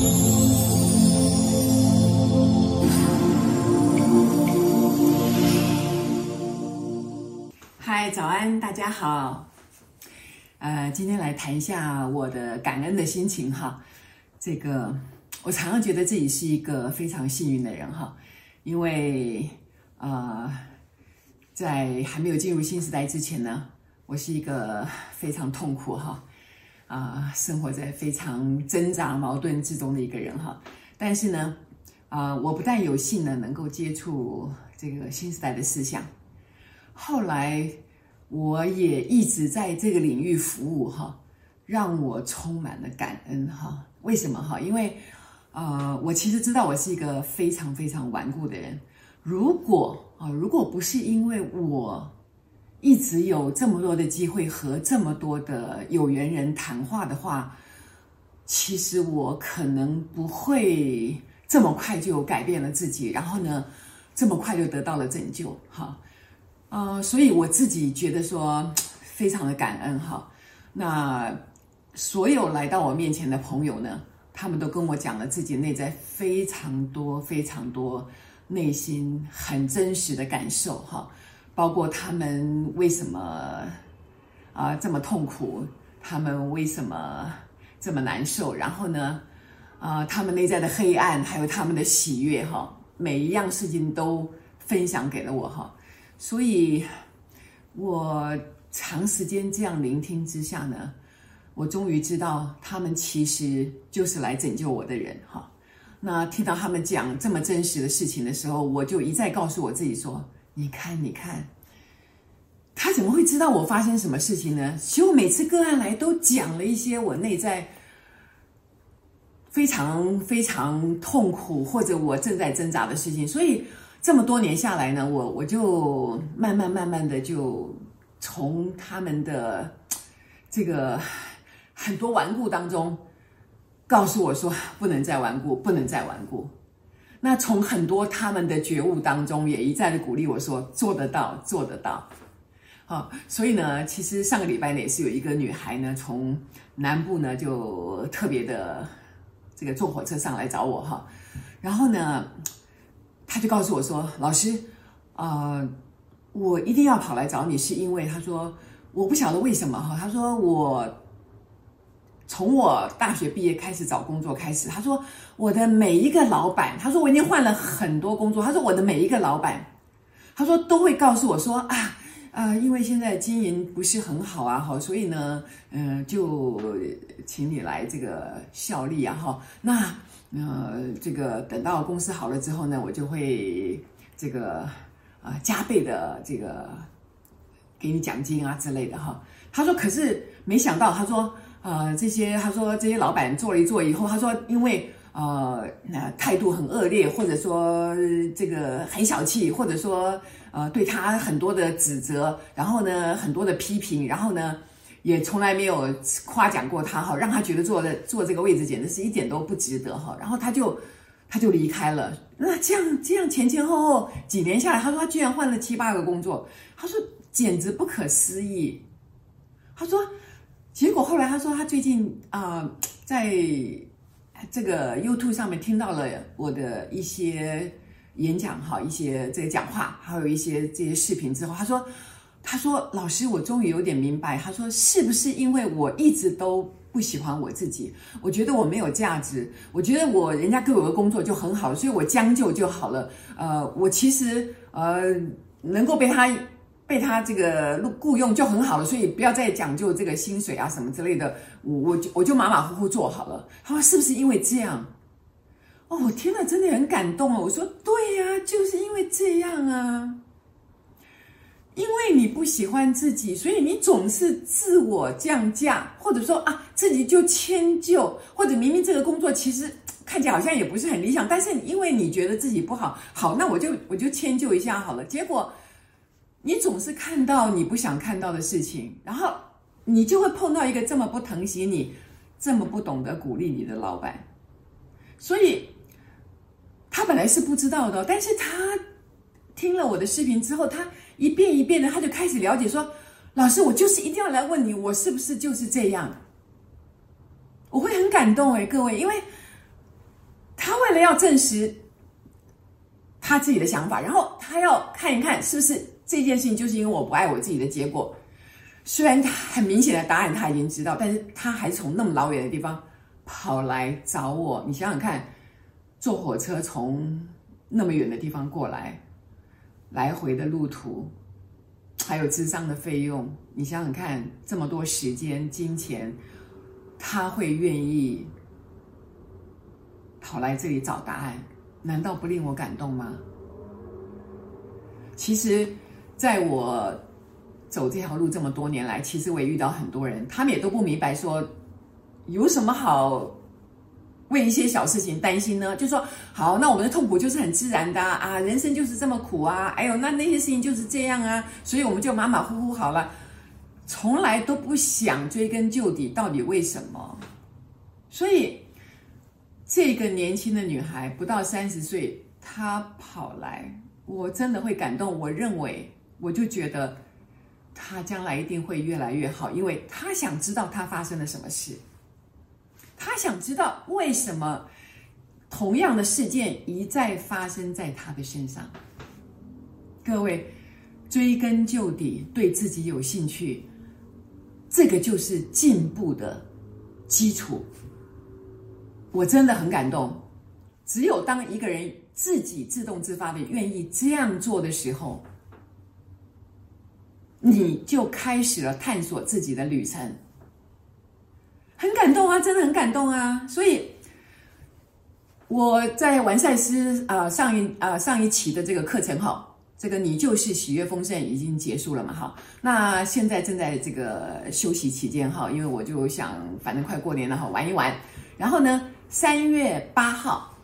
嗨，早安，大家好。今天来谈一下我的感恩的心情哈。我常常觉得自己是一个非常幸运的人哈，因为在还没有进入新时代之前呢，我是一个非常痛苦哈，生活在非常挣扎矛盾之中的一个人哈。但是呢，我不但有幸呢能够接触这个新时代的思想，后来我也一直在这个领域服务哈，让我充满了感恩哈。为什么哈？因为我其实知道我是一个非常非常顽固的人。如果不是因为我一直有这么多的机会和这么多的有缘人谈话的话，其实我可能不会这么快就改变了自己，然后呢，这么快就得到了拯救哈。所以我自己觉得说非常的感恩哈。那所有来到我面前的朋友呢，他们都跟我讲了自己内在非常多非常多内心很真实的感受哈，包括他们为什么这么痛苦，他们为什么这么难受，然后呢他们内在的黑暗，还有他们的喜悦哈，每一样事情都分享给了我哈。所以我长时间这样聆听之下呢，我终于知道他们其实就是来拯救我的人哈。那听到他们讲这么真实的事情的时候，我就一再告诉我自己说，你看他怎么会知道我发生什么事情呢？其实我每次个案来都讲了一些我内在非常非常痛苦或者我正在挣扎的事情，所以这么多年下来呢，我就慢慢的就从他们的这个很多顽固当中告诉我说，不能再顽固，不能再顽固。那从很多他们的觉悟当中，也一再的鼓励我说，做得到，做得到。所以呢，其实上个礼拜呢，也是有一个女孩呢，从南部呢就特别的这个坐火车上来找我哈，然后呢，她就告诉我说，老师，我一定要跑来找你，是因为她说我不晓得为什么哈，她说我从我大学毕业开始找工作开始，她说我的每一个老板，她说我已经换了很多工作，她说我的每一个老板，她说都会告诉我说因为现在经营不是很好啊，所以呢，就请你来这个效力啊，哈。那这个等到公司好了之后呢，我就会这个加倍的这个给你奖金啊之类的哈。他说，可是没想到，他说这些老板做了一做以后，他说因为态度很恶劣，或者说这个很小气，或者说对他很多的指责，然后呢很多的批评，然后呢也从来没有夸奖过他哈，让他觉得坐这个位置简直是一点都不值得哈，然后他就离开了。那这样前后几年下来，他说他居然换了7、8个工作，他说简直不可思议。他说结果后来他说他最近在这个 YouTube 上面听到了我的一些演讲哈，一些这个讲话，还有一些这些视频之后，他说老师，我终于有点明白，他说是不是因为我一直都不喜欢我自己，我觉得我没有价值，我觉得人家给我的工作就很好，所以我将就就好了，我其实能够被他这个雇佣就很好了，所以不要再讲究这个薪水啊什么之类的，我就马马虎虎做好了。他说是不是因为这样？我听了真的很感动哦。我说对呀，就是因为这样啊，因为你不喜欢自己，所以你总是自我降价，或者说自己就迁就，或者明明这个工作其实看起来好像也不是很理想，但是因为你觉得自己不好，那我就迁就一下好了。结果你总是看到你不想看到的事情，然后你就会碰到一个这么不疼惜你、这么不懂得鼓励你的老板。所以他本来是不知道的，但是他听了我的视频之后，他一遍一遍的他就开始了解说，老师，我就是一定要来问你，我是不是就是这样？我会很感动各位，因为他为了要证实他自己的想法，然后他要看一看是不是这件事情就是因为我不爱我自己的结果。虽然很明显的答案他已经知道，但是他还从那么老远的地方跑来找我。你想想看，坐火车从那么远的地方过来，来回的路途，还有谘商的费用，你想想看，这么多时间、金钱，他会愿意跑来这里找答案，难道不令我感动吗？其实在我走这条路这么多年来，其实我也遇到很多人，他们也都不明白说有什么好为一些小事情担心呢？就说好，那我们的痛苦就是很自然的啊，人生就是这么苦啊，哎呦，那些事情就是这样啊，所以我们就马马虎虎好了，从来都不想追根究底，到底为什么？所以这个年轻的女孩不到30岁，她跑来，我真的会感动。我认为，我就觉得她将来一定会越来越好，因为她想知道她发生了什么事。他想知道为什么同样的事件一再发生在他的身上。各位，追根究底，对自己有兴趣，这个就是进步的基础。我真的很感动。只有当一个人自己自动自发的愿意这样做的时候，你就开始了探索自己的旅程。很感动啊，真的很感动啊！所以我在完赛师上一期的这个课程哈，这个你就是喜悦丰盛已经结束了嘛哈。那现在正在这个休息期间哈，因为我就想反正快过年了哈，玩一玩。然后呢，3月8号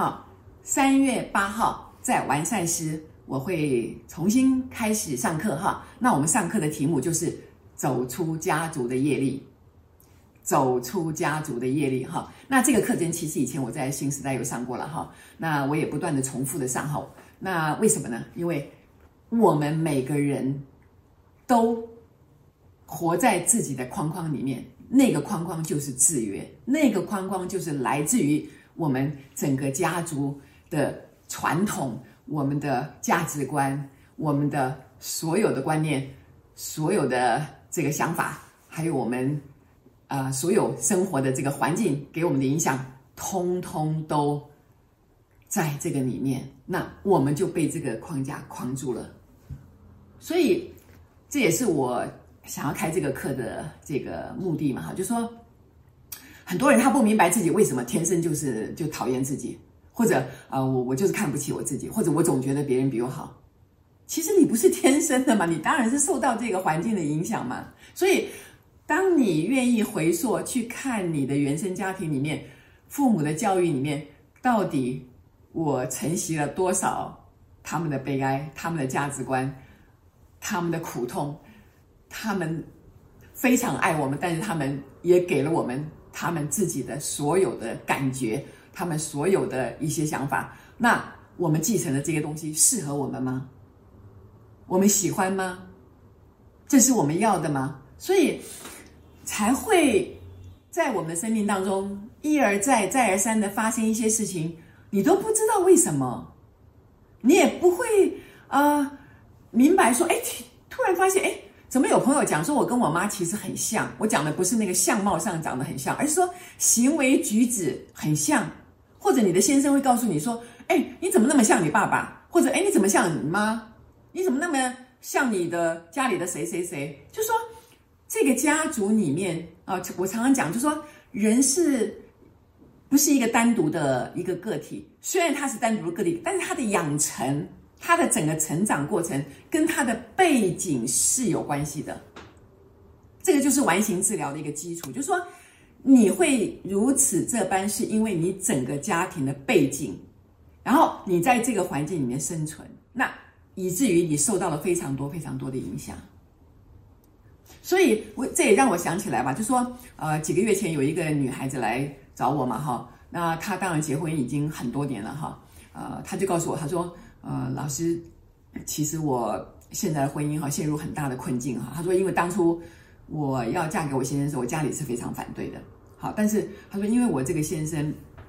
，3月8号在完赛师我会重新开始上课哈。那我们上课的题目就是走出家族的业力。走出家族的业力哈，那这个课程其实以前我在新时代有上过了哈，那我也不断的重复的上哈。那为什么呢？因为我们每个人都活在自己的框框里面，那个框框就是制约，那个框框就是来自于我们整个家族的传统，我们的价值观，我们的所有的观念，所有的这个想法，还有我们所有生活的这个环境给我们的影响，通通都在这个里面，那我们就被这个框架框住了。所以这也是我想要开这个课的这个目的嘛，就说很多人他不明白自己为什么天生就讨厌自己，或者我就是看不起我自己，或者我总觉得别人比我好。其实你不是天生的嘛，你当然是受到这个环境的影响嘛。所以当你愿意回溯去看你的原生家庭里面，父母的教育里面，到底我承袭了多少他们的悲哀，他们的价值观，他们的苦痛，他们非常爱我们，但是他们也给了我们他们自己的所有的感觉，他们所有的一些想法。那我们继承的这些东西适合我们吗？我们喜欢吗？这是我们要的吗？所以才会在我们的生命当中一而再再而三的发生一些事情，你都不知道为什么，你也不会明白说，突然发现，怎么有朋友讲说我跟我妈其实很像，我讲的不是那个相貌上长得很像，而是说行为举止很像，或者你的先生会告诉你说，你怎么那么像你爸爸，或者你怎么像你妈，你怎么那么像你的家里的谁谁谁，就说这个家族里面我常常讲，就说人是不是一个单独的一个个体？虽然他是单独的个体，但是他的养成，他的整个成长过程跟他的背景是有关系的。这个就是完形治疗的一个基础，就是说你会如此这般，是因为你整个家庭的背景，然后你在这个环境里面生存，那以至于你受到了非常多非常多的影响。所以这也让我想起来吧，就说几个月前有一个女孩子来找我嘛哈，那她当然结婚已经很多年了哈，她就告诉我，她说老师，其实我现在的婚姻陷入很大的困境哈。她说因为当初我要嫁给我先生的时候，我家里是非常反对的，好，但是她说因为我这个先生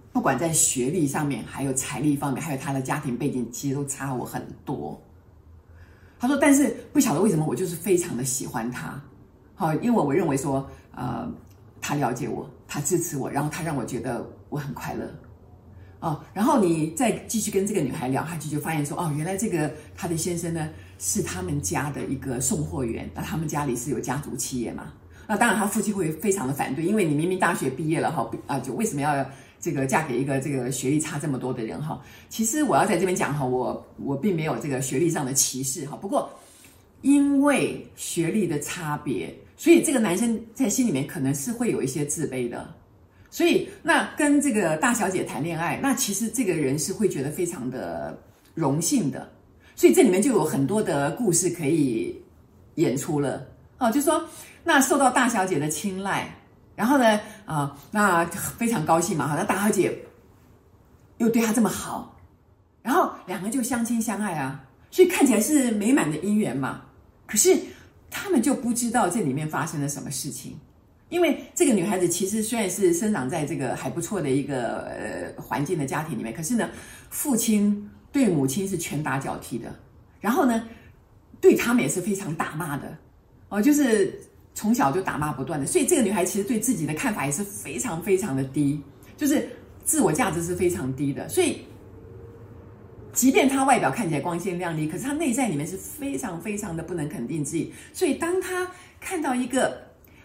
不管在学历上面，还有财力方面，还有他的家庭背景，其实都差我很多。他说，但是不晓得为什么我就是非常的喜欢他，好，因为我认为说，他了解我，他支持我，然后他让我觉得我很快乐。然后你再继续跟这个女孩聊下去，就发现说，原来这个他的先生呢是他们家的一个送货员，那他们家里是有家族企业嘛。那当然他父亲会非常的反对，因为你明明大学毕业了就为什么要这个嫁给一个这个学历差这么多的人哈？其实我要在这边讲哈，我并没有这个学历上的歧视哈，不过因为学历的差别，所以这个男生在心里面可能是会有一些自卑的。所以那跟这个大小姐谈恋爱，那其实这个人是会觉得非常的荣幸的。所以这里面就有很多的故事可以演出了就说那受到大小姐的青睐，然后呢那非常高兴嘛，那大小姐又对他这么好，然后两个就相亲相爱啊，所以看起来是美满的姻缘嘛。可是他们就不知道这里面发生了什么事情，因为这个女孩子其实虽然是生长在这个还不错的一个环境的家庭里面，可是呢，父亲对母亲是拳打脚踢的，然后呢，对他们也是非常打骂的就是从小就打骂不断的，所以这个女孩其实对自己的看法也是非常非常的低，就是自我价值是非常低的。所以即便她外表看起来光鲜亮丽，可是她内在里面是非常非常的不能肯定自己。所以当她看到一个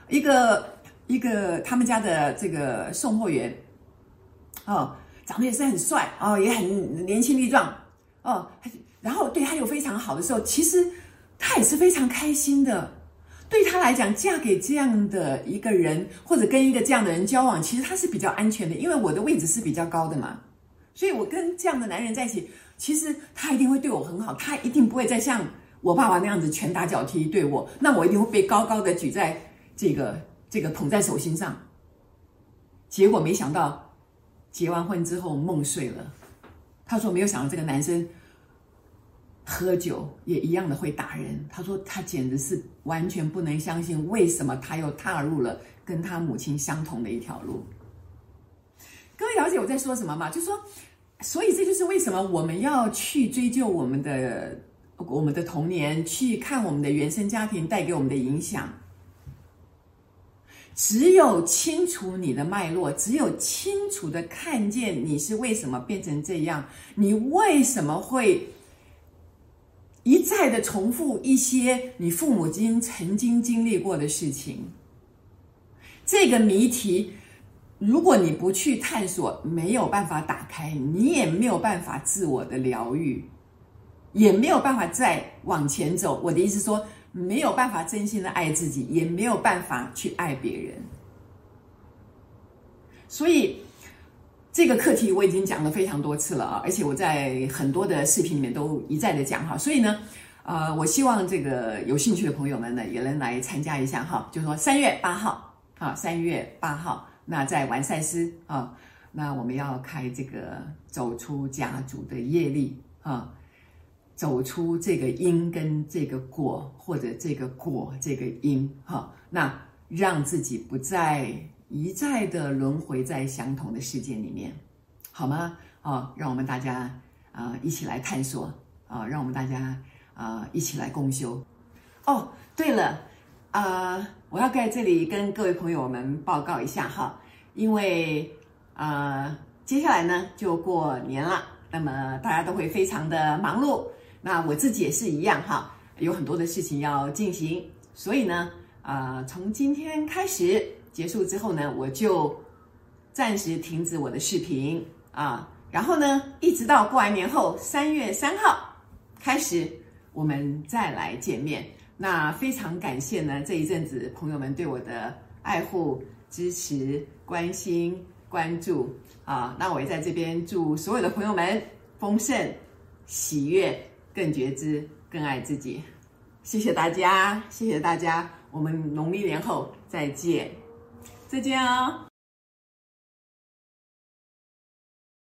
他们家的这个送货员长得也是很帅也很年轻力壮然后对他又非常好的时候，其实他也是非常开心的。对他来讲，嫁给这样的一个人，或者跟一个这样的人交往，其实他是比较安全的，因为我的位置是比较高的嘛，所以我跟这样的男人在一起，其实他一定会对我很好，他一定不会再像我爸爸那样子拳打脚踢对我，那我一定会被高高的举在这个捧在手心上。结果没想到结完婚之后梦碎了，他说没有想到这个男生喝酒也一样的会打人，他说他简直是完全不能相信，为什么他又踏入了跟他母亲相同的一条路。各位了解我在说什么吗？就是说，所以这就是为什么我们要去追究我们的童年，去看我们的原生家庭带给我们的影响。只有清楚你的脉络，只有清楚的看见你是为什么变成这样，你为什么会一再的重复一些你父母亲曾经经历过的事情，这个谜题如果你不去探索，没有办法打开，你也没有办法自我的疗愈，也没有办法再往前走。我的意思是说，没有办法真心的爱自己，也没有办法去爱别人。所以这个课题我已经讲了非常多次了而且我在很多的视频里面都一再的讲所以呢我希望这个有兴趣的朋友们呢也能来参加一下就是说3月8号3月8号那在完赛斯那我们要开这个走出家族的业力走出这个因跟这个果，或者这个果这个因那让自己不再一再的轮回在相同的世界里面，好吗？让我们大家一起来探索让我们大家一起来共修。对了我要在这里跟各位朋友们报告一下因为接下来呢就过年了，那么大家都会非常的忙碌，那我自己也是一样有很多的事情要进行，所以呢从今天开始结束之后呢，我就暂时停止我的视频然后呢一直到过完年后3月3号开始我们再来见面。那非常感谢呢这一阵子朋友们对我的爱护、支持、关心、关注那我也在这边祝所有的朋友们丰盛、喜悦、更觉知、更爱自己。谢谢大家，谢谢大家，我们农历年后再见，再见哦。